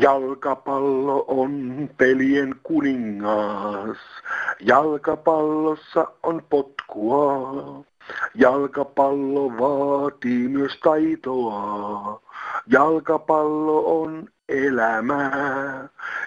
Jalkapallo on pelien kuningas. Jalkapallossa on potkua. Jalkapallo vaatii myös taitoa. Jalkapallo on elämää.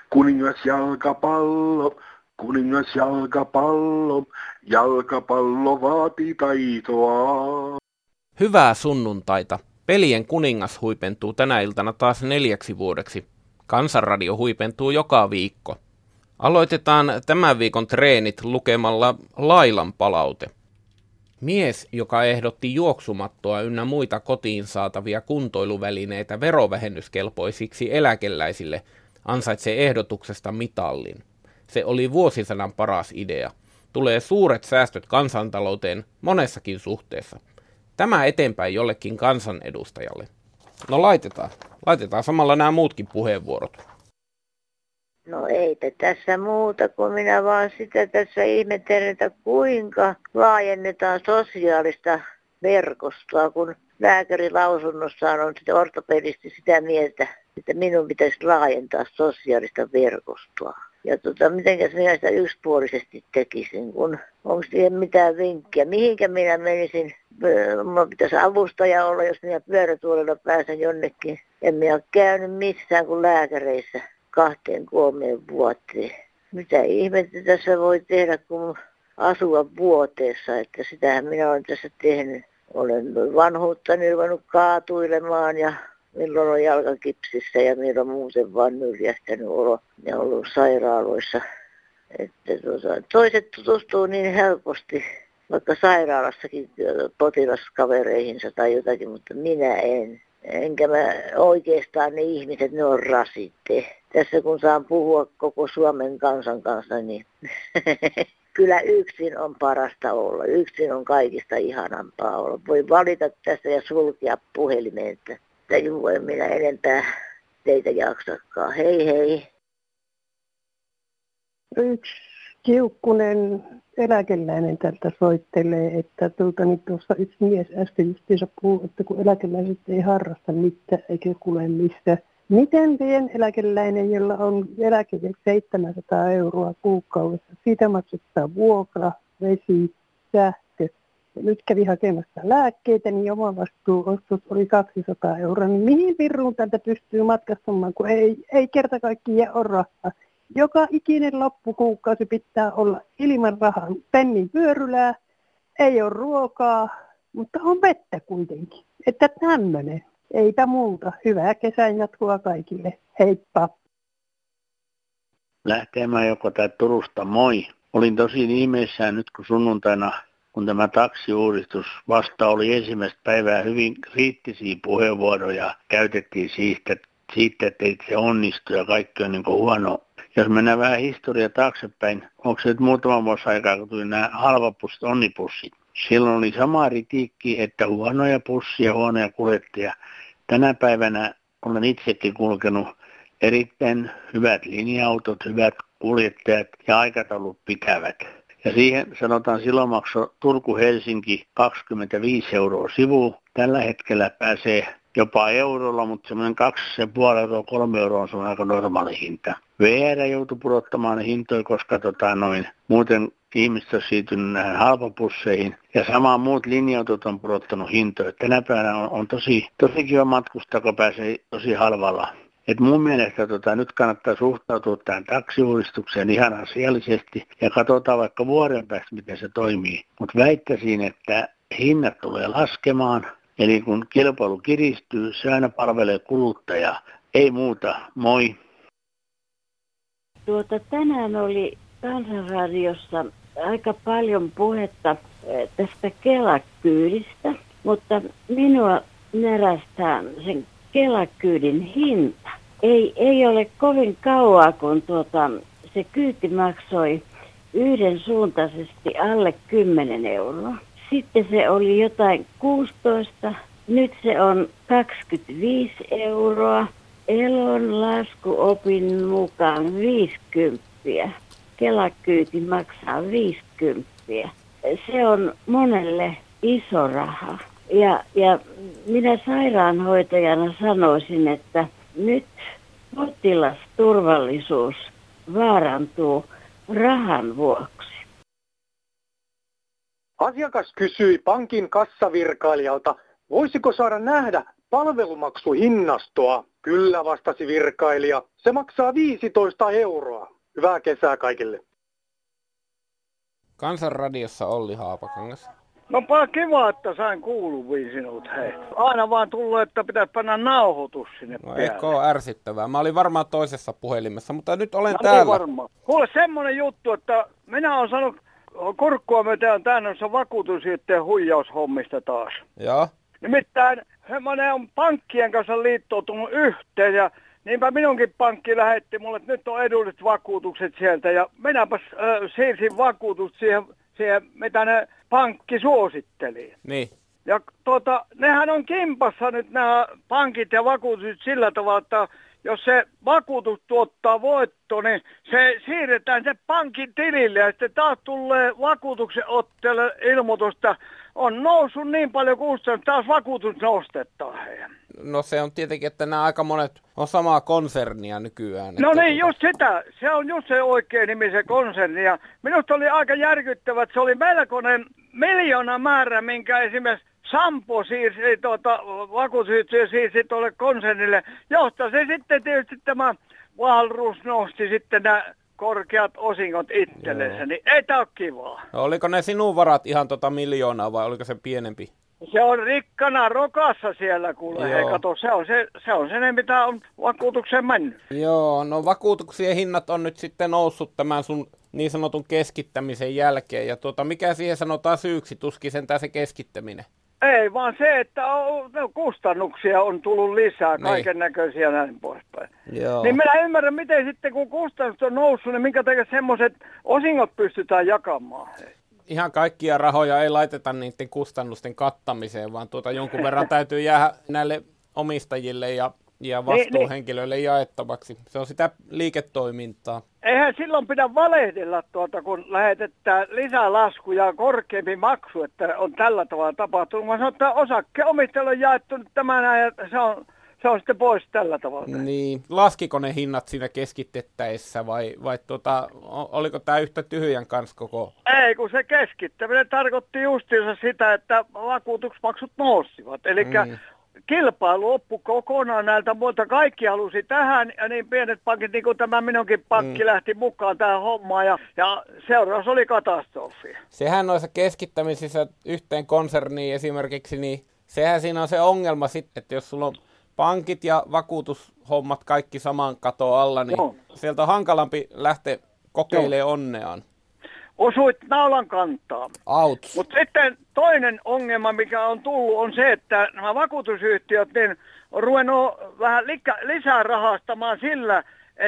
Kuningas jalkapallo. Jalkapallo vaatii taitoa. Hyvää sunnuntaita. Pelien kuningas huipentuu tänä iltana taas 4 vuodeksi. Kansanradio huipentuu joka viikko. Aloitetaan tämän viikon treenit lukemalla Lailan palaute. Mies, joka ehdotti juoksumattoa ynnä muita kotiin saatavia kuntoiluvälineitä verovähennyskelpoisiksi eläkeläisille, ansaitsee ehdotuksesta mitallin. Se oli vuosisadan paras idea. Tulee suuret säästöt kansantalouteen monessakin suhteessa. Tämä eteenpäin jollekin kansanedustajalle. No laitetaan samalla nämä muutkin puheenvuorot. No eipä tässä muuta, kun minä vaan sitä tässä ihmettelen, että kuinka laajennetaan sosiaalista verkostoa, kun lääkäri lausunnossaan on sitä ortopedisti sitä mieltä, että minun pitäisi laajentaa sosiaalista verkostoa. Ja mitenkäs minä sitä yksipuolisesti tekisin, kun onko siihen mitään vinkkiä, mihinkä minä menisin. Minulla pitäisi avustaja olla, jos minä pyörätuolilla pääsen jonnekin. En minä ole käynyt missään kuin lääkäreissä 2-3 vuoteen. Mitä ihmettä tässä voi tehdä, kun asua vuoteessa, että sitähän minä olen tässä tehnyt. Olen vanhuuttani ruvennut kaatuilemaan ja milloin on jalkakipsissä ja milloin muuten vaan nyrjähtänyt olo ja ollut sairaaloissa. Että toiset tutustuu niin helposti, vaikka sairaalassakin potilaskavereihinsa tai jotakin, mutta minä en. Enkä mä oikeastaan ne ihmiset, ne on rasitte. Tässä kun saan puhua koko Suomen kansan kanssa, niin kyllä yksin on parasta olla. Yksin on kaikista ihanampaa olla. Voi valita tässä ja sulkea puhelimeen, että voi minä enempää teitä jaksakaan. Hei hei. Yksi kiukkunen eläkeläinen tältä soittelee, että tuossa yksi mies äsken justiinsa puhuu, että kun eläkeläiset ei harrasta mitään eikä kuule mistä. Miten pieneläkeläinen, jolla on eläke 700 € kuukaudessa, siitä maksetaan vuokra, vesi, sähkö. Ja nyt kävi hakemassa lääkkeitä, niin omavastuuostos oli 200 €. Niin mihin virruun tältä pystyy matkastamaan, kun ei kerta kaikkiaan ole rahaa? Joka ikinen loppukuukausi pitää olla ilman rahaa. Pennin pyörylää, ei ole ruokaa, mutta on vettä kuitenkin. Että tämmöinen. Eipä muuta. Hyvää kesän jatkoa kaikille. Heippa. Lähteemään joko täältä Turusta, moi. Olin tosi ihmeissään nyt kun sunnuntaina, kun tämä taksiuudistus vasta oli ensimmäistä päivää hyvin kriittisiä puheenvuoroja. Käytettiin siitä, että ei se onnistu ja kaikki on niin kuin huono. Jos mennään vähän historiaa taaksepäin, onko se nyt muutama vuosi aikaa, kun tuli nämä halvapussit, onnipussit. Silloin oli sama kritiikki, että huonoja pussia, huonoja kuljettajia. Tänä päivänä olen itsekin kulkenut erittäin hyvät linja-autot, hyvät kuljettajat ja aikataulut pitävät. Ja siihen sanotaan silloin maksoi Turku-Helsinki 25 € sivu. Tällä hetkellä pääsee jopa eurolla, mutta semmoinen 2,5 €, 3 € on semmoinen aika normaali hinta. VR joutui pudottamaan hintoja, koska muuten ihmiset on siirtynyt näihin halpapusseihin. Ja samaan muut linja-autot on pudottanut hintoja. Tänä päivänä on tosi kiva matkustaa, kun pääsee tosi halvalla. Et mun mielestä nyt kannattaa suhtautua tähän taksiuudistukseen ihan asiallisesti ja katsotaan vaikka vuoden päästä, miten se toimii. Mutta väittäisin, että hinnat tulee laskemaan. Eli kun kilpailu kiristyy, se aina palvelee kuluttajaa. Ei muuta. Moi. Tänään oli Kansanradiossa aika paljon puhetta tästä Kela-kyydistä, mutta minua närästää sen Kela-kyydin hinta. Ei ole kovin kauaa, kun se kyyti maksoi yhdensuuntaisesti alle 10 €. Sitten se oli jotain 16, nyt se on 25 €. Elon laskuopin mukaan 50. Kela-kyyti maksaa 50. Se on monelle iso raha. Ja minä sairaanhoitajana sanoisin, että nyt Potilasturvallisuus vaarantuu rahan vuoksi. Asiakas kysyi pankin kassavirkailijalta, voisiko saada nähdä palvelumaksuhinnastoa. Kyllä, vastasi virkailija. Se maksaa 15 euroa. Hyvää kesää kaikille. Kansanradiossa Olli Haapakangas. No kiva, että sain kuuluviin sinut, hei. Aina vaan tullut, että pitäisi panna nauhoitus sinne päälle. Eikö ole ärsyttävää? Mä olin varmaan toisessa puhelimessa, mutta nyt olen No, täällä. varmaan. Kuule, semmonen juttu, että minä olen saanut kurkkua myöten tännossa vakuutusyhtiön huijaushommista taas. Joo. Nimittäin semmoinen on pankkien kanssa liittoutunut yhteen ja niinpä minunkin pankki lähetti mulle, että nyt on edulliset vakuutukset sieltä ja minäpäs siirsin vakuutus siihen, mitä ne pankki suositteli. Niin. Ja nehän on kimpassa nyt nämä pankit ja vakuutukset sillä tavalla, että jos se vakuutus tuottaa voitto, niin se siirretään se pankin tilille ja sitten taas tulee vakuutuksen ottajalle ilmoitusta. On noussut niin paljon kustannuksia, taas vakuutus nostetaan heidän. No se on tietenkin, että nämä aika monet on samaa konsernia nykyään. No niin, just sitä. Se on just se oikea nimi, se konserni. Ja minusta oli aika järkyttävä, että se oli melkoinen miljoona määrä, minkä esimerkiksi Sampo siirsi, vakuutusyhtiö siirsi tuolle konsernille, josta se sitten tietysti tämä Wahlroos nosti sitten nämä korkeat osingot itsellensä, niin ei tää ole kivaa. No, oliko ne sinun varat ihan miljoonaa vai oliko se pienempi? Se on rikkana rokassa siellä, kuule. Hei, kato, se on se, mitä on vakuutukseen mennyt. Joo, no vakuutuksien hinnat on nyt sitten noussut tämän sun niin sanotun keskittämisen jälkeen. Ja mikä siihen sanotaan syyksi, tuskin sentään se keskittäminen? Ei, vaan se, että kustannuksia on tullut lisää, kaiken näköisiä näin poispäin. Joo. Niin minä ymmärrän, miten sitten kun kustannukset on noussut, niin minkä takia semmoiset osingot pystytään jakamaan. Ihan kaikkia rahoja ei laiteta niiden kustannusten kattamiseen, vaan jonkun verran täytyy jäädä näille omistajille ja vastuuhenkilöille jaettavaksi. Se on sitä liiketoimintaa. Eihän silloin pidä valehdella kun lähetetään lisää laskuja korkeampi maksu, että on tällä tavalla tapahtunut. Mä sanon, että osakkeenomistajille on jaettu nyt tämä näin, ja se on sitten pois tällä tavalla. Niin, laskiko ne hinnat siinä keskitettäessä vai oliko tämä yhtä tyhjän kanssa koko? Ei, kun se keskittäminen tarkoitti justiinsa sitä, että vakuutusmaksut nousivat. Eli kilpailu loppui kokonaan näiltä muilta. Kaikki halusi tähän ja niin pienet pankit, niin kuin tämä minunkin pankki lähti mukaan tähän hommaan ja seuraus oli katastrofi. Sehän noissa keskittämisissä yhteen konserniin esimerkiksi, niin sehän siinä on se ongelma sitten, että jos sulla on pankit ja vakuutushommat kaikki saman katon alla, niin sieltä on hankalampi lähteä kokeilemaan onneaan. Osuit naulan kantaa. Ouch. Mutta sitten toinen ongelma, mikä on tullut, on se, että nämä vakuutusyhtiöt niin on ruvennut vähän lisää rahastamaan sillä,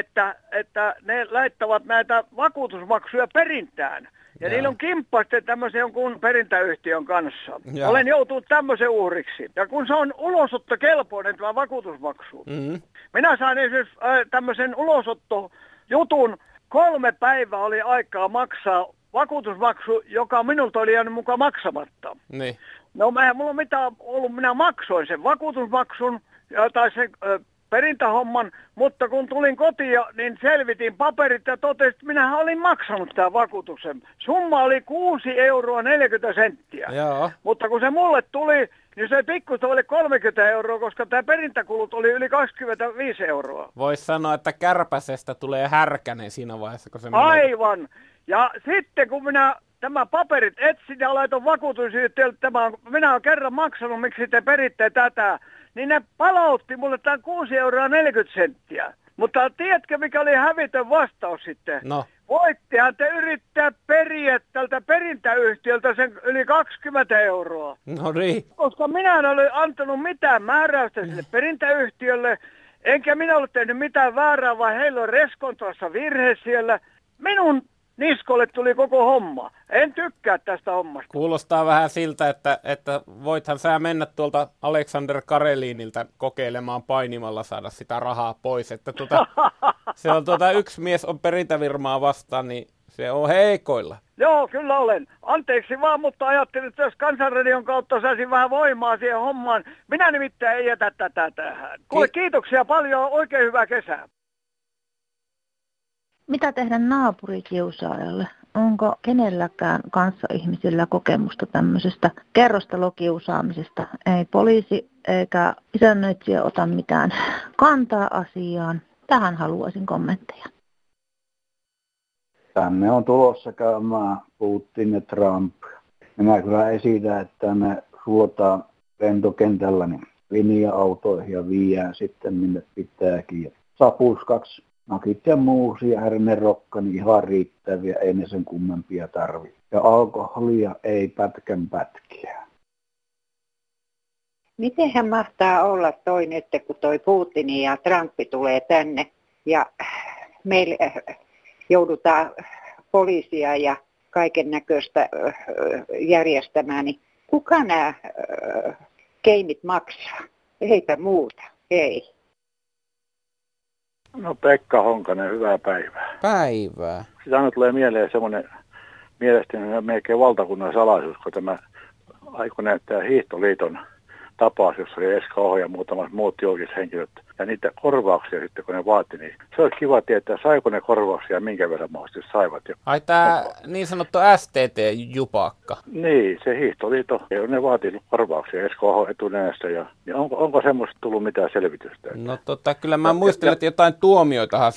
että ne laittavat näitä vakuutusmaksuja perintään. Ja niillä on kimppaasti tämmöisen jonkun perintäyhtiön kanssa. Ja. Olen joutunut tämmöisen uhriksi. Ja kun se on ulosottokelpoinen tämä vakuutusmaksu. Minä sain esimerkiksi tämmöisen ulosottojutun. 3 päivää oli aikaa maksaa vakuutusmaksu, joka minulta oli jäänyt mukaan maksamatta. Niin. No mulla on mitään ollut, minä maksoin sen vakuutusmaksun tai sen perintähomman, mutta kun tulin kotiin, niin selvitin paperit ja totesin, että minähän olin maksanut tämän vakuutuksen. Summa oli 6,40 euroa. Joo. Mutta kun se mulle tuli, niin se pikkuista oli 30 euroa, koska tämä perintäkulut oli yli 25 euroa. Voisi sanoa, että kärpäsestä tulee härkänen siinä vaiheessa, kun se menee. Aivan. Ja sitten kun minä tämä paperit etsin ja laitoin vakuutusyhtiölle, minä olen kerran maksanut, miksi te peritte tätä, niin ne palautti mulle tämän 6,40 euroa. Mutta tiedätkö, mikä oli hävitön vastaus sitten? No. Voittehan te yrittää periä tältä perintäyhtiöltä sen yli 20 euroa. No niin. Koska minä en ole antanut mitään määräystä sille perintäyhtiölle, enkä minä ole tehnyt mitään väärää, vaan heillä on reskontoissa virhe siellä. Minun niskolle tuli koko homma. En tykkää tästä hommasta. Kuulostaa vähän siltä, että voithan sä mennä tuolta Alexander Karelinilta kokeilemaan painimalla saada sitä rahaa pois. Että se on yksi mies on perintävirmaa vastaan, niin se on heikoilla. Joo, kyllä olen. Anteeksi vaan, mutta ajattelin, että jos Kansanradion kautta saisin vähän voimaa siihen hommaan. Minä nimittäin ei jätä tätä tähän. Kuule, kiitoksia paljon. Oikein hyvää kesää. Mitä tehdä naapurikiusaajalle? Onko kenelläkään kanssaihmisillä kokemusta tämmöisestä kerrostalokiusaamisesta? Ei poliisi eikä isännöitsijä ota mitään kantaa asiaan. Tähän haluaisin kommentteja. Tänne on tulossa käymään Putin ja Trump. Minä kyllä esitän, että me suotaan lentokentällä niin linja-autoihin ja viiään sitten minne pitääkin. Sapuskaksi nakit ja muusi ja hernerokka, niin ihan riittäviä, ei ne sen kummempia tarvitse. Ja alkoholia ei pätkän pätkiä. Mitenhän mahtaa olla toinen, että kun toi Putin ja Trump tulee tänne ja meille joudutaan poliisia ja kaiken näköistä järjestämään, niin kuka nämä keinit maksaa? Eipä muuta, ei. No Pekka Honkanen, hyvää päivää. Päivää. Sitä aina tulee mieleen semmoinen mielestäni melkein valtakunnan salaisuus, kun tämä aikoi näyttää Hiihtoliiton tapaus, jossa oli Esko Oho ja muutamat muut julkishenkilöt. Ja niitä korvauksia sitten, kun ne vaati, niin se olisi kiva tietää, saiko ne korvauksia ja minkä verran mahdollisesti saivat. Ai tämä niin sanottu STT-jupakka. Niin, se Hiihtoliitto, ne vaati korvauksia Esko Oho etunenässä. Ja onko semmoista tullut mitään selvitystä? No kyllä mä muistelen, että jotain tuomioitahan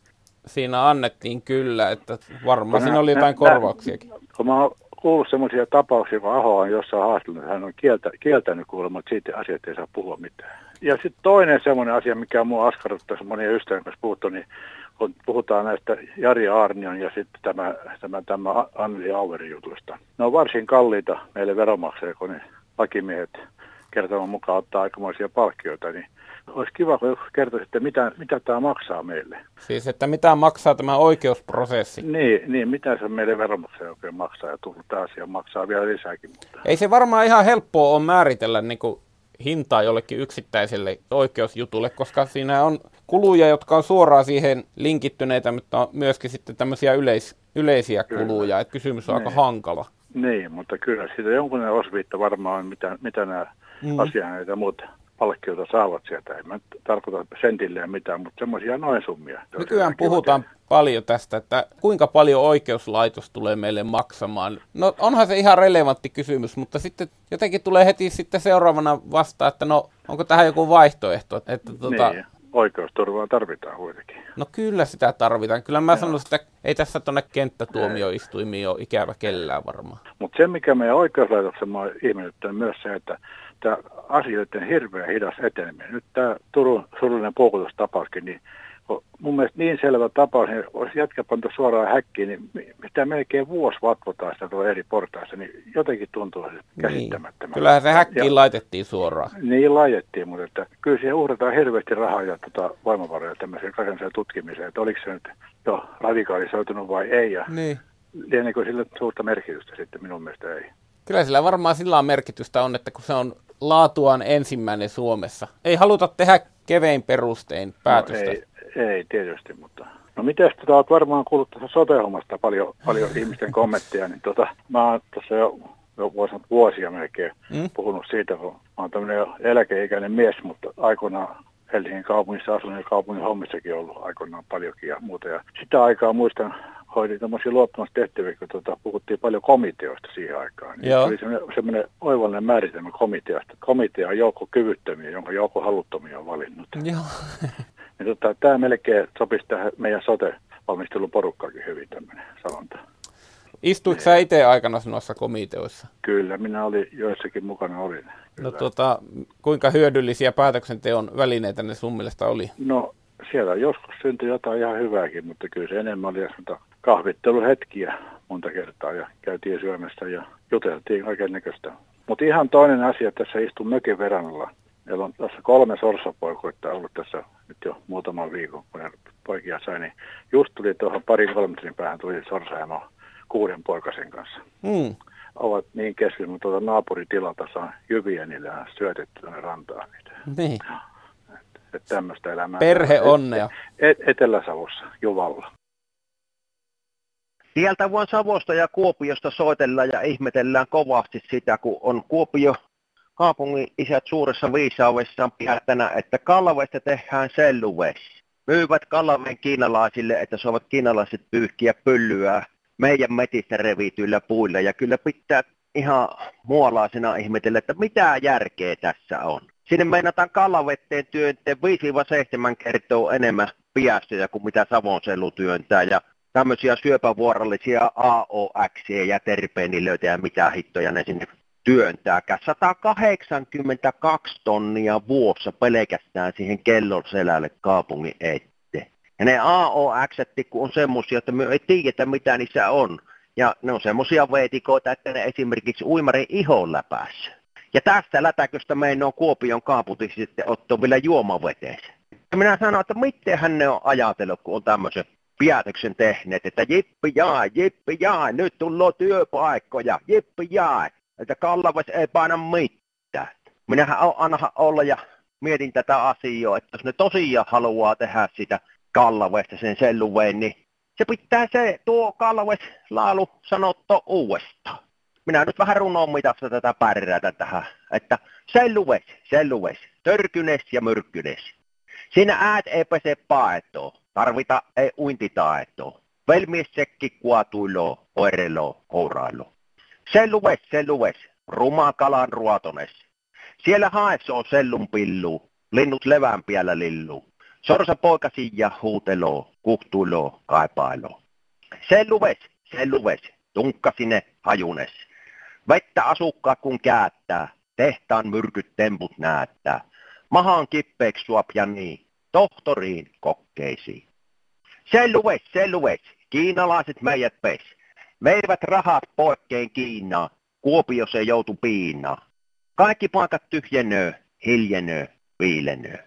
siinä annettiin kyllä, että varmaan siinä oli jotain korvauksiakin. Kun mä oon kuullut semmoisia tapauksia, kun Aho on jossain haastattelussa, hän on kieltänyt kuulemma, että siitä asiat ei saa puhua mitään. Ja sitten toinen semmoinen asia, mikä on mua askarruttaa, monien ystävien kanssa puhuttu, niin kun puhutaan näistä Jari Aarnion ja sitten tämä Anneli Auerin jutuista. Ne on varsin kalliita meille veronmaksajille, kun ne lakimiehet kertoman mukaan ottaa aikamoisia palkkioita, niin olisi kiva, kun kertoisitte, mitä tämä maksaa meille. Siis, että mitä maksaa tämä oikeusprosessi? Niin mitä se meille veronmaksaja oikein maksaa, ja tullut tämä asia maksaa vielä lisääkin. Mutta ei se varmaan ihan helppoa ole määritellä niin kuin hintaa jollekin yksittäiselle oikeusjutulle, koska siinä on kuluja, jotka on suoraan siihen linkittyneitä, mutta on myöskin sitten tämmöisiä yleisiä kuluja, että kysymys on aika hankala. Niin, mutta kyllä siitä jonkunlainen osviitta varmaan on, mitä nämä asianajat ja muut palkkioita saavat sieltä. En mä tarkoita sentilleen mitään, mutta semmoisia noin summia. Nykyään puhutaan paljon tästä, että kuinka paljon oikeuslaitos tulee meille maksamaan. No onhan se ihan relevantti kysymys, mutta sitten jotenkin tulee heti sitten seuraavana vastaan, että no onko tähän joku vaihtoehto? Että niin, oikeusturvaa tarvitaan kuitenkin. No kyllä sitä tarvitaan. Kyllä mä sanoisin, että ei tässä tuonne kenttätuomioistuimiin ole ikävä kellään varmaan. Mutta se, mikä meidän oikeuslaitoksen on ihmetyttänyt myös se, että tämä asioiden hirveän hidas eteneminen. Nyt tämä Turun surullinen puukotustapauskin, niin mun mielestä niin selvä tapaus, niin olisi jätkä pantu suoraan häkkiin, niin mitä melkein vuosi vatvotaan sitä tuolla eri portaissa, niin jotenkin tuntuu käsittämättömältä. Kyllähän se häkkiin laitettiin suoraan. Niin laitettiin, mutta että kyllä siihen uhrataan hirveästi rahaa ja voimavaroja tämmöiseen rakennukseen tutkimiseen, että oliko se nyt jo radikaalisoitunut vai ei, ja lieneekö sillä suurta merkitystä sitten, minun mielestä ei. Kyllä sillä varmaan sillä merkitystä on, että kun se on laatuaan ensimmäinen Suomessa. Ei haluta tehdä kevein perustein päätöstä. No ei tietysti, mutta no miten olet varmaan kuullut tässä sote-hommasta paljon ihmisten kommentteja, niin mä oon tässä jo vuosia melkein puhunut siitä, kun mä oon tämmöinen eläkeikäinen mies, mutta aikoinaan Helsingin kaupungissa asunut ja kaupungin hommissakin ollut aikoinaan paljonkin ja muuta. Ja sitä aikaa muistan, hoidin tämmöisiä luottamustehtäviä, kun puhuttiin paljon komiteoista siihen aikaan. Niin oli semmoinen oivallinen määritelmä komiteasta. Komitea on joukko kyvyttömiä, jonka joukko haluttomia on valinnut. Joo. Niin tämä melkein sopisi tähän meidän sote-valmistelun porukkaakin hyvin tämmöinen sanonta. Istuitko sä itse aikana noissa komiteoissa? Kyllä, minä olin joissakin mukana olin. Kyllä. No kuinka hyödyllisiä päätöksenteon välineitä ne sun mielestä oli? No siellä joskus syntyi jotain ihan hyvääkin, mutta kyllä se enemmän oli kahvitteluhetkiä monta kertaa ja käytiin syömässä ja juteltiin kaikennäköistä. Mutta ihan toinen asia, tässä istun mökin verannalla. Meillä on tässä 3 sorsapoikoita ollut tässä nyt jo muutaman viikon, kun ne poikia sai, niin just tuli tuohon 2-3 metrin päähän tuli sorsaimo 6 poikasen kanssa. Ovat niin kesken, mutta naapuritilalta saa jyviä, niille on syötetty tuonne rantaan niitä. Niin. Että tämmöistä elämää. Perhe onnea. Etelä-Savossa, Juvalla. Sieltä vaan Savosta ja Kuopiosta soitellaan ja ihmetellään kovasti sitä, kun on Kuopio kaupungin isät suuressa viisaudessaan päättänä, että Kallavesta tehdään selluvesi. Myyvät Kallaveen kiinalaisille, että saavat kiinalaiset pyyhkiä pyllyä meidän metissä revityillä puilla. Ja kyllä pitää ihan muolaisena ihmetellä, että mitä järkeä tässä on. Sinne meinataan Kallavetteen työnteen 5-7 kertaa enemmän päästöjä kuin mitä Savon sellu työntää. Ja tämmöisiä syöpävuorollisia AOX ja terpeenilöitä ja mitä hittoja ne sinne työntääkään. 182 tonnia vuossa pelkästään siihen kellonselälle kaupungin eteen. Ja ne AOX, kun on semmoisia, että me ei tiedä mitä niissä on. Ja ne on semmoisia veetikoita, että ne esimerkiksi uimarin ihon läpäissä. Ja tästä lätäköstä meidän on Kuopion kaupunki sitten ottaa vielä juomaveteensä. Ja minä sanon, että mitenhän ne on ajatellut, kun on tämmöisen päätöksen tehneet, että jippi jaa, nyt tullaan työpaikkoja, jippi jaa, että Kallavas ei paina mitään. Minähän anna olla ja mietin tätä asiaa, että jos ne tosiaan haluaa tehdä sitä Kallavesta sen selluveen, niin se pitää tuo Kallavas-laulu sanottaa uudestaan. Minä nyt vähän runoon mitassa tätä pärjätä tähän, että selluves, törkynes ja myrkkynes. Siinä äät ei pese paetoa, tarvita ei uintitaetoa. Velmiessekki kuatuiloo, oireloo, hourailoo. Selluves, ruma kalan ruotones. Siellä haessa on sellun pillu, linnut levän piellä lilluu. Sorsa poikasi ja huuteloo, kuhtuiloo, kaipailoo. Selluves, tunkka sinne hajunes. Vettä asukkaat kun käättää, tehtaan myrkyt temput näyttää. Mahaan kippeeksi suop ja niin, tohtoriin kokkeisiin. Selluves, kiinalaiset meidät pes. Veivät rahat poikkeen Kiinaan, Kuopio se joutu piinaan. Kaikki paikat tyhjenöö, hiljenöö, viilenöö.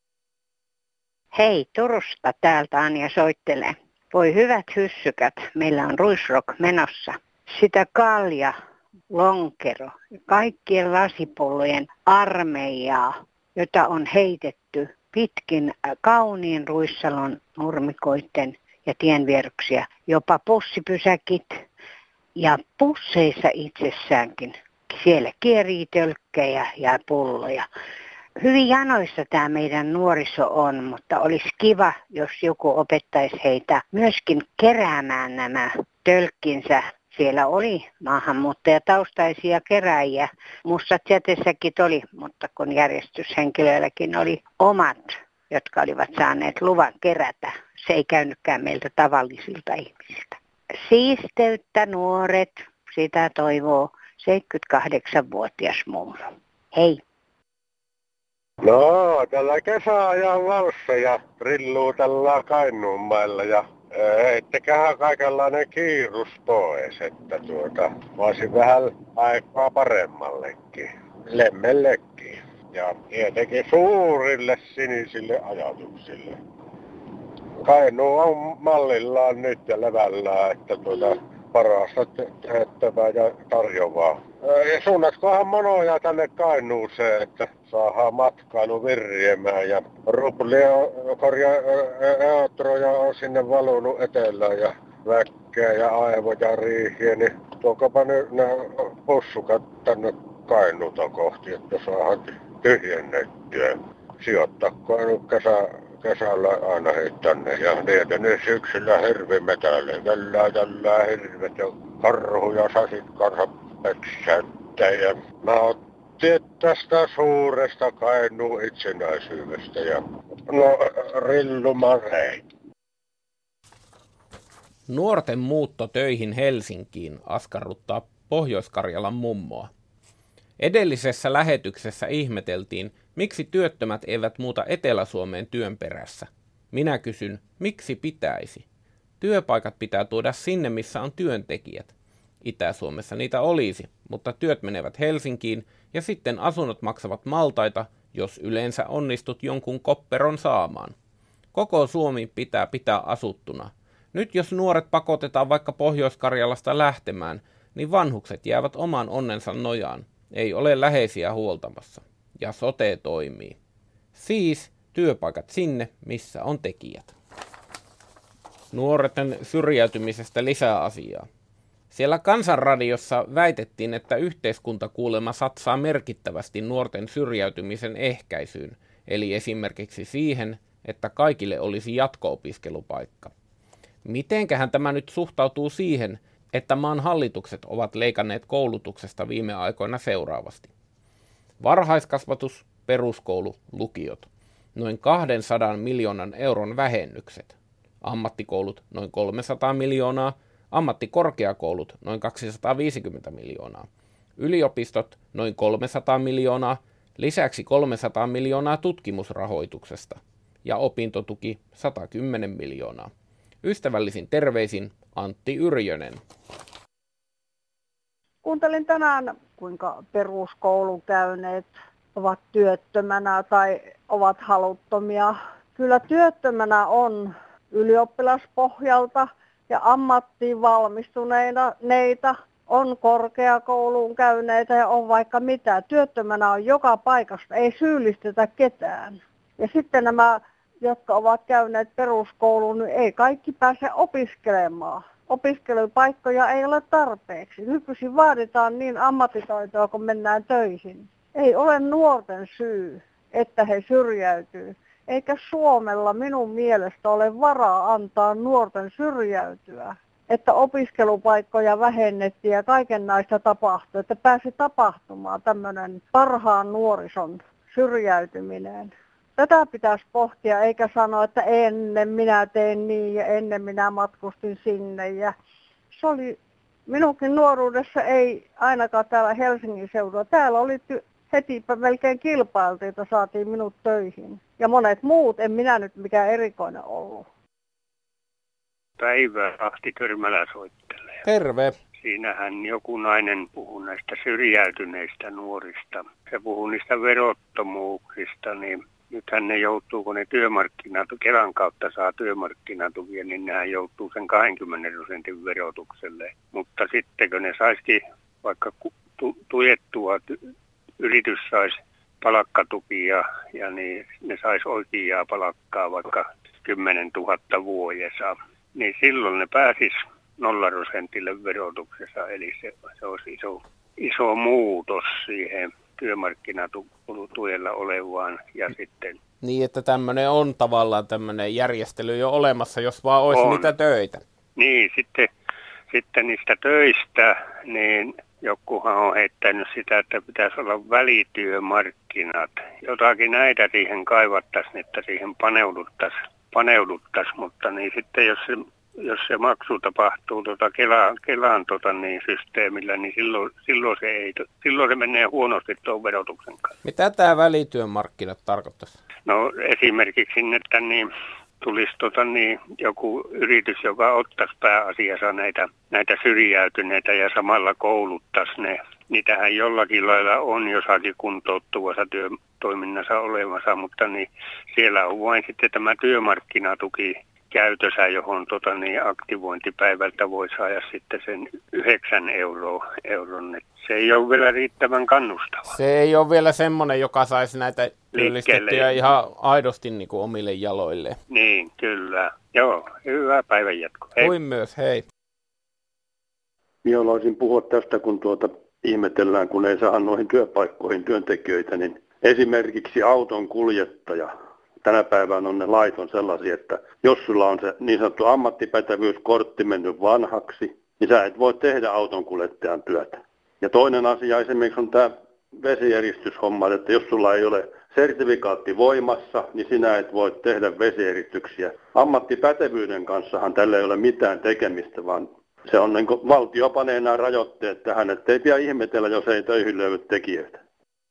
Hei, Turusta täältä Anja soittelee. Voi hyvät hyssykät, meillä on ruisrock menossa. Sitä kalja, lonkero, kaikkien lasipullojen armeijaa, jota on heitetty pitkin kauniin Ruissalon nurmikoiden ja tienvieruksiä, jopa pussipysäkit ja pusseissa itsessäänkin. Siellä kierii tölkkejä ja pulloja. Hyvin janoissa tämä meidän nuoriso on, mutta olisi kiva, jos joku opettaisi heitä myöskin keräämään nämä tölkkinsä. Siellä oli maahanmuuttajataustaisia keräjiä. Mustat jätesäkit oli, mutta kun järjestyshenkilöilläkin oli omat, jotka olivat saaneet luvan kerätä. Se ei käynytkään meiltä tavallisilta ihmisiltä. Siisteyttä nuoret, sitä toivoo 78-vuotias mummo. Hei! No, tällä kesäajan valsseja rilluu tällä Kainuunmailla ja heittäköhän kaikenlainen kiirus pois, että voisin vähän aikaa paremmallekin, lemmellekin ja tietenkin suurille sinisille ajatuksille. Kainuu on mallillaan nyt ja levällään, että parasta tehtävää ja tarjoavaa. Ja suunnatkohan monoja tänne Kainuuseen, että saadaan matkailu virriemään ja ruplia euroja on sinne valunut etelään ja väkkeä ja aivoja riihiä, niin tuokapa nyt nämä pussukat tänne Kainuuta kohti, että saadaan tyhjennettyä. Sijoittakoon nyt kesällä aina tänne ja niitä nyt syksyllä hirvimetälle. Tällä hirvet ja karhu ja sasit kanssa peksäyttä ja nauttia tästä suuresta Kainuun itsenäisyydestä ja rillumarei. Nuorten muutto töihin Helsinkiin askarruttaa Pohjois-Karjalan mummoa. Edellisessä lähetyksessä ihmeteltiin, miksi työttömät eivät muuta Etelä-Suomeen työn perässä. Minä kysyn, miksi pitäisi? Työpaikat pitää tuoda sinne, missä on työntekijät. Itä-Suomessa niitä olisi, mutta työt menevät Helsinkiin ja sitten asunnot maksavat maltaita, jos yleensä onnistut jonkun kopperon saamaan. Koko Suomi pitää asuttuna. Nyt jos nuoret pakotetaan vaikka Pohjois-Karjalasta lähtemään, niin vanhukset jäävät oman onnensa nojaan. Ei ole läheisiä huoltamassa. Ja sote toimii. Siis työpaikat sinne, missä on tekijät. Nuorten syrjäytymisestä lisää asiaa. Siellä Kansanradiossa väitettiin, että yhteiskunta kuulemma satsaa merkittävästi nuorten syrjäytymisen ehkäisyyn, eli esimerkiksi siihen, että kaikille olisi jatko-opiskelupaikka. Mitenkähän tämä nyt suhtautuu siihen, että maan hallitukset ovat leikanneet koulutuksesta viime aikoina seuraavasti? Varhaiskasvatus, peruskoulu, lukiot. Noin 200 miljoonan euron vähennykset. Ammattikoulut noin 300 miljoonaa, ammattikorkeakoulut noin 250 miljoonaa. Yliopistot noin 300 miljoonaa, lisäksi 300 miljoonaa tutkimusrahoituksesta ja opintotuki 110 miljoonaa. Ystävällisin terveisin Antti Yrjönen. Kuuntelin tänään, kuinka peruskoulun käyneet ovat työttömänä tai ovat haluttomia. Kyllä työttömänä on ylioppilaspohjalta ja ammattiin valmistuneita, on korkeakouluun käyneitä ja on vaikka mitä. Työttömänä on joka paikasta, ei syyllistetä ketään. Ja sitten nämä, jotka ovat käyneet peruskouluun, niin ei kaikki pääse opiskelemaan. Opiskelupaikkoja ei ole tarpeeksi. Nykyisin vaaditaan niin ammattitaitoa, kun mennään töihin. Ei ole nuorten syy, että he syrjäytyy. Eikä Suomella minun mielestä ole varaa antaa nuorten syrjäytyä. Että opiskelupaikkoja vähennettiin ja kaikenlaista tapahtui. Että pääsi tapahtumaan tämmöinen parhaan nuorison syrjäytyminen. Tätä pitäisi pohtia, eikä sanoa, että ennen minä tein niin ja ennen minä matkustin sinne. Ja se oli minunkin nuoruudessa, ei ainakaan täällä Helsingin seudulla. Täällä oli hetipä melkein kilpailtiin, että saatiin minut töihin. Ja monet muut, en minä nyt mikään erikoinen ollut. Päivää, Ahti Törmälä soittelee. Terve. Siinähän joku nainen puhui näistä syrjäytyneistä nuorista. Se puhui niistä verottomuuksista, niin nythän ne joutuu, kun ne Kelan kautta saa työmarkkinatukia, niin nehän joutuu sen 20% verotukselle. Mutta sitten kun ne saisikin vaikka tuettua, yritys saisi palkkatukia ja niin ne saisi oikeaa palkkaa vaikka 10 000 vuodessa, niin silloin ne pääsis 0% verotuksessa, eli se olisi iso muutos siihen työmarkkinatuella olevaan ja sitten. Niin, että tämmöinen on tavallaan tämmöinen järjestely jo olemassa, jos vaan olisi niitä töitä. Niin, sitten niistä töistä, niin jokuhan on heittänyt sitä, että pitäisi olla välityömarkkinat. Jotakin näitä siihen kaivattaisiin, että siihen paneuduttaisiin, mutta niin sitten jos se maksu tapahtuu Kelan niin systeemillä, niin silloin se menee huonosti tuon verotuksen kanssa. Mitä tämä välityömarkkinat tarkoittaisi? No esimerkiksi, että niin tulisi joku yritys, joka ottaisi pääasiassa näitä syrjäytyneitä ja samalla kouluttaisi ne. Niitähän jollakin lailla on jossakin kuntouttuvassa työtoiminnassa olemassa, mutta niin siellä on vain sitten tämä työmarkkinatuki käytössä, johon aktivointipäivältä voi saada sitten sen 9 euron. Se ei ole vielä riittävän kannustava. Se ei ole vielä semmoinen, joka saisi näitä työllistettyjä ihan aidosti niin kuin omille jaloille. Niin, kyllä. Joo, hyvää päivän jatkoa. Kuin myös, hei. Minä haluaisin puhua tästä, kun ihmetellään, kun ei saa noihin työpaikkoihin työntekijöitä, niin esimerkiksi auton kuljettaja. Tänä päivänä on ne lait on sellaisia, että jos sulla on se niin sanottu ammattipätevyyskortti mennyt vanhaksi, niin sä et voi tehdä autonkuljettajan työtä. Ja toinen asia esimerkiksi on tämä vesijäristyshomma, että jos sulla ei ole sertifikaatti voimassa, niin sinä et voi tehdä vesijäristyksiä. Ammattipätevyyden kanssahan tällä ei ole mitään tekemistä, vaan se on niin kuin valtio panee nämä rajoitteet tähän, että ei pidä ihmetellä, jos ei töihin löydy tekijöitä.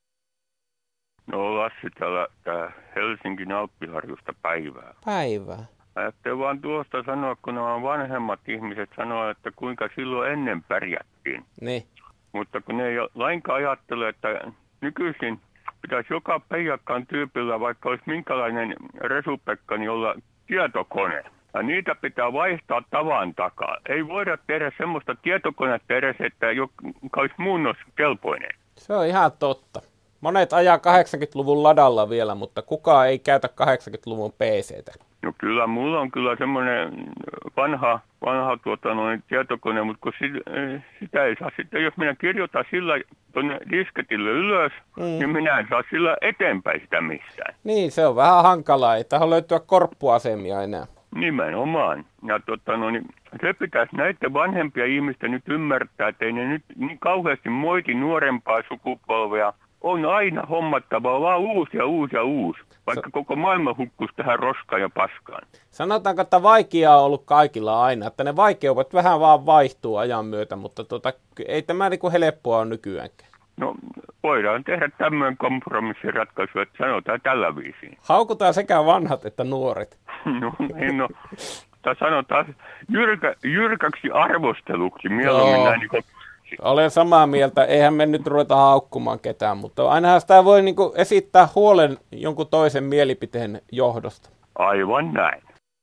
No Lassi täällä Helsingin Alppiharjusta päivää. Päivää. Ajattelin vaan tuosta sanoa, kun nämä vanhemmat ihmiset sanoo, että kuinka silloin ennen pärjättiin. Niin. Mutta kun ne ei lainkaan ajattele, että nykyisin pitäisi joka peijakkaan tyypillä, vaikka olisi minkälainen resupekka, niin olla tietokone. Ja niitä pitää vaihtaa tavan takaa. Ei voida tehdä semmoista tietokonetta edes, että joka olisi muunnoskelpoinen. Se on ihan totta. Monet ajaa 80-luvun ladalla vielä, mutta kukaan ei käytä 80-luvun PC:tä. No kyllä, mulla on kyllä semmoinen vanha tietokone, mutta kun sitä ei saa sitten, jos minä kirjoitan sillä tuonne disketille ylös, niin minä en saa sillä eteenpäin sitä missään. Niin, se on vähän hankalaa, ei tähän löytyä korppuasemia enää. Nimenomaan. Ja se pitäisi näiden vanhempia ihmisten nyt ymmärtää, että ei ne nyt niin kauheasti moiti nuorempaa sukupolvea. On aina hommattava vaan uusi. Vaikka koko maailma hukkuisi tähän roskaan ja paskaan. Sanotaanko, että vaikeaa on ollut kaikilla aina, että ne vaikeudet vähän vaan vaihtuu ajan myötä, mutta ei tämä niin kuin helppoa ole nykyäänkään. No, voidaan tehdä tämmöinen kompromissiratkaisu, että sanotaan tällä viisiin. Haukutaan sekä vanhat että nuoret. No, sanotaan jyrkäksi arvosteluksi mieluummin näin niin kuin. Olen samaa mieltä, eihän me nyt ruveta haukkumaan ketään, mutta ainahan sitä voi niin kuin esittää huolen jonkun toisen mielipiteen johdosta. Aivan näin.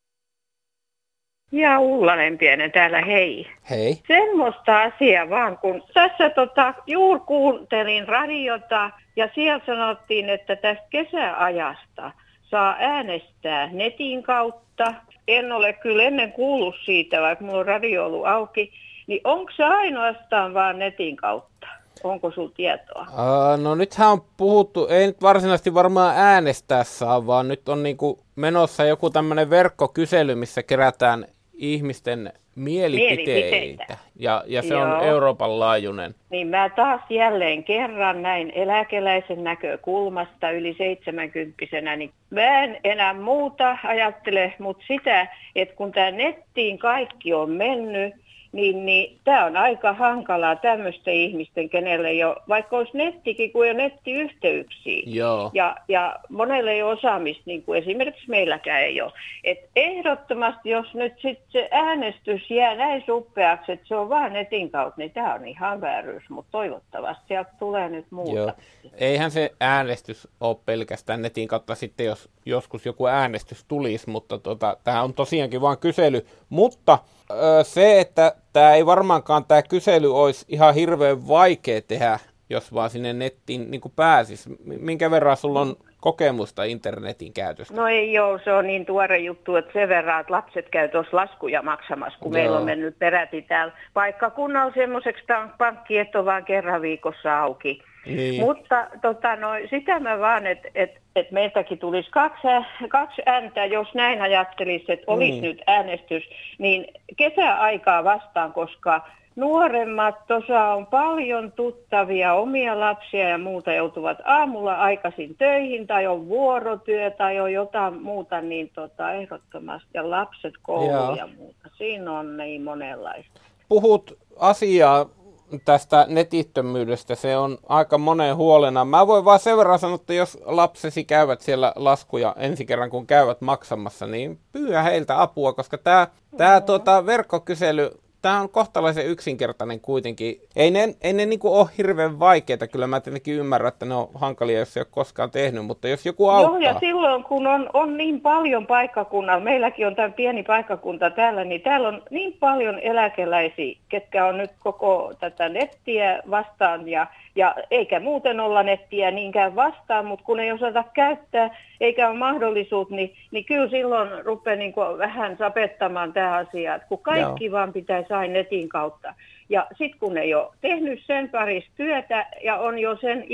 Ja Ullanen pienen täällä, hei. Hei. Semmoista asiaa vaan, kun tässä juuri kuuntelin radiota ja siellä sanottiin, että tästä kesäajasta saa äänestää netin kautta. En ole kyllä ennen kuullut siitä, vaikka minulla on radio ollut auki. Niin onko se ainoastaan vaan netin kautta? Onko sinulla tietoa? No nythän on puhuttu, ei nyt varsinaisesti varmaan äänestää saa, vaan nyt on niinku menossa joku tämmöinen verkkokysely, missä kerätään ihmisten mielipiteitä. Ja se on Euroopan laajuinen. Niin mä taas jälleen kerran näin eläkeläisen näkökulmasta yli 70-vuotiaana, niin mä en enää muuta ajattele, mutta sitä, että kun tämä nettiin kaikki on mennyt, niin tämä on aika hankalaa tämmöisten ihmisten, kenelle jo, vaikka olisi nettikin, kun ei ole nettiyhteyksiä. Joo. Ja monelle ei ole osaamista, niin kuin esimerkiksi meilläkään ei ole. Et ehdottomasti, jos nyt sitten se äänestys jää näin suppeaksi, että se on vaan netin kautta, niin tämä on ihan vääryys, mutta toivottavasti sieltä tulee nyt muuta. Joo. Eihän se äänestys ole pelkästään netin kautta sitten, jos joskus joku äänestys tulisi, mutta tämä on tosiaankin vain kysely. Mutta se, että tämä ei varmaankaan tämä kysely olisi ihan hirveän vaikea tehdä, jos vaan sinne nettiin niin kuin pääsisi. Minkä verran sulla on kokemusta internetin käytöstä? No ei ole, se on niin tuore juttu, että sen verran, että lapset käy tuossa laskuja maksamassa, kun meillä on mennyt peräti täällä paikkakunnalla semmoiseksi pankki, että on vaan kerran viikossa auki. Niin. Mutta sitä mä vaan, että meiltäkin tulisi kaksi ääntä, jos näin ajattelisi, että olisi nyt äänestys, niin kesäaikaa vastaan, koska nuoremmat tuossa on paljon tuttavia omia lapsia ja muuta joutuvat aamulla aikaisin töihin tai on vuorotyö tai on jotain muuta, niin ehdottomasti ja lapset kouluja ja muuta. Siinä on niin monenlaista. Puhut asiaa tästä netittömyydestä, se on aika monen huolena. Mä voin vaan sen verran sanoa, että jos lapsesi käyvät siellä laskuja ensi kerran kun käyvät maksamassa, niin pyydä heiltä apua, koska tämä verkkokysely, tämä on kohtalaisen yksinkertainen kuitenkin. Ei ne niinku ole hirveän vaikeita, kyllä mä tietenkin ymmärrän, että ne on hankalia, jos ei ole koskaan tehnyt, mutta jos joku auttaa. Joo, ja silloin kun on niin paljon paikkakunnalla, meilläkin on tämä pieni paikkakunta täällä, niin täällä on niin paljon eläkeläisiä, ketkä on nyt koko tätä nettiä vastaan, ja eikä muuten olla nettiä niinkään vastaan, mutta kun ei osata käyttää, eikä ole mahdollisuus, niin kyllä silloin rupeaa niin kuin vähän sapettamaan tämä asia, että kun kaikki vaan pitäisi aina netin kautta. Ja sitten kun ei ole tehnyt sen parissa työtä ja on jo sen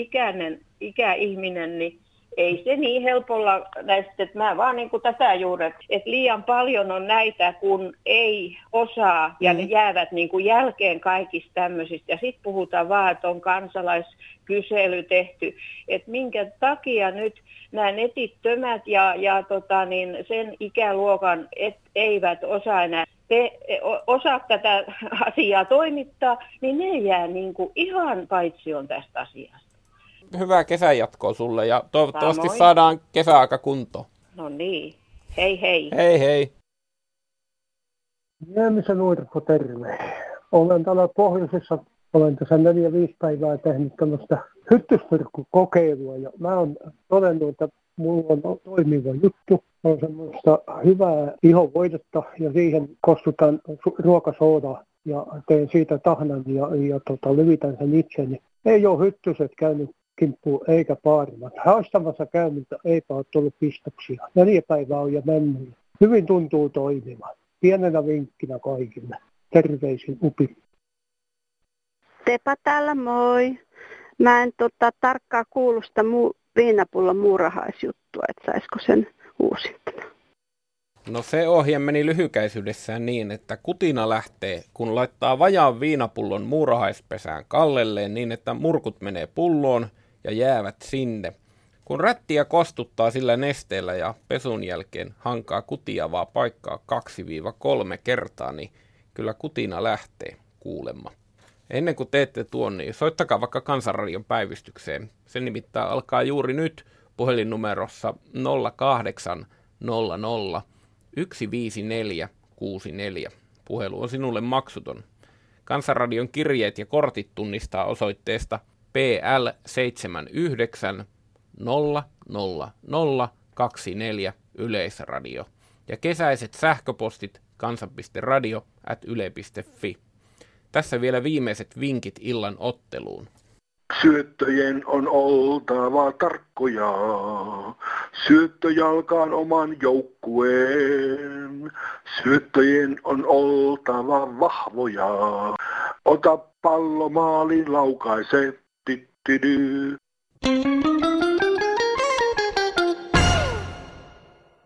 ikäihminen, niin ei se niin helpolla näistä, että mä vaan niin kuin tätä juuri, että liian paljon on näitä, kun ei osaa ja ne jäävät niin kuin jälkeen kaikista tämmöisistä. Ja sitten puhutaan vaan, että on kansalaiskysely tehty, että minkä takia nyt nämä netittömät ja sen ikäluokan eivät osaa enää osaa tätä asiaa toimittaa, niin ne jää niin kuin ihan paitsioon tästä asiasta. Hyvää kesän jatkoa sulle ja toivottavasti saadaan kesäaika kuntoon. No niin. Hei hei. Hei hei. Niemisen Nuirko, terve. Olen täällä pohjoisessa, olen tässä 4-5 päivää tehnyt tämmöistä hyttysfyrkkukokeilua ja mä oon todennut, että mulla on toimiva juttu. On semmoista hyvää ihovoidetta ja siihen kostutan ruokasoodaa ja teen siitä tahnan ja levitän sen itseni. Ei ole hyttyset kimppuun eikä paarimaan. Haastamassa käy, mutta eipä ole tullut pistoksia. 4 päivää on jo mennyt. Hyvin tuntuu toimimaan. Pienenä vinkkinä kaikille. Terveisin Upi. Tepa täällä, moi. Mä en tarkkaan kuulu sitä viinapullon muurahaisjuttua, että saisiko sen uusintana. No se ohje meni lyhykäisyydessään niin, että kutina lähtee, kun laittaa vajaan viinapullon muurahaispesään kallelleen niin, että murkut menee pulloon ja jäävät sinne. Kun rättiä kostuttaa sillä nesteellä ja pesun jälkeen hankaa kutiavaa paikkaa 2-3 kertaa, niin kyllä kutina lähtee kuulemma. Ennen kuin teette tuon, niin soittakaa vaikka Kansanradion päivystykseen. Se nimittäin alkaa juuri nyt puhelinnumerossa 0800 15464. Puhelu on sinulle maksuton. Kansanradion kirjeet ja kortit tunnistaa osoitteesta PL 79 00024 Yleisradio ja kesäiset sähköpostit kansan.radio@yle.fi. Tässä vielä viimeiset vinkit illan otteluun. Syöttöjen on oltava tarkkoja, syöttöjalkaan oman joukkueen. Syöttöjen on oltava vahvoja, ota pallo maalin laukaise, tittidy.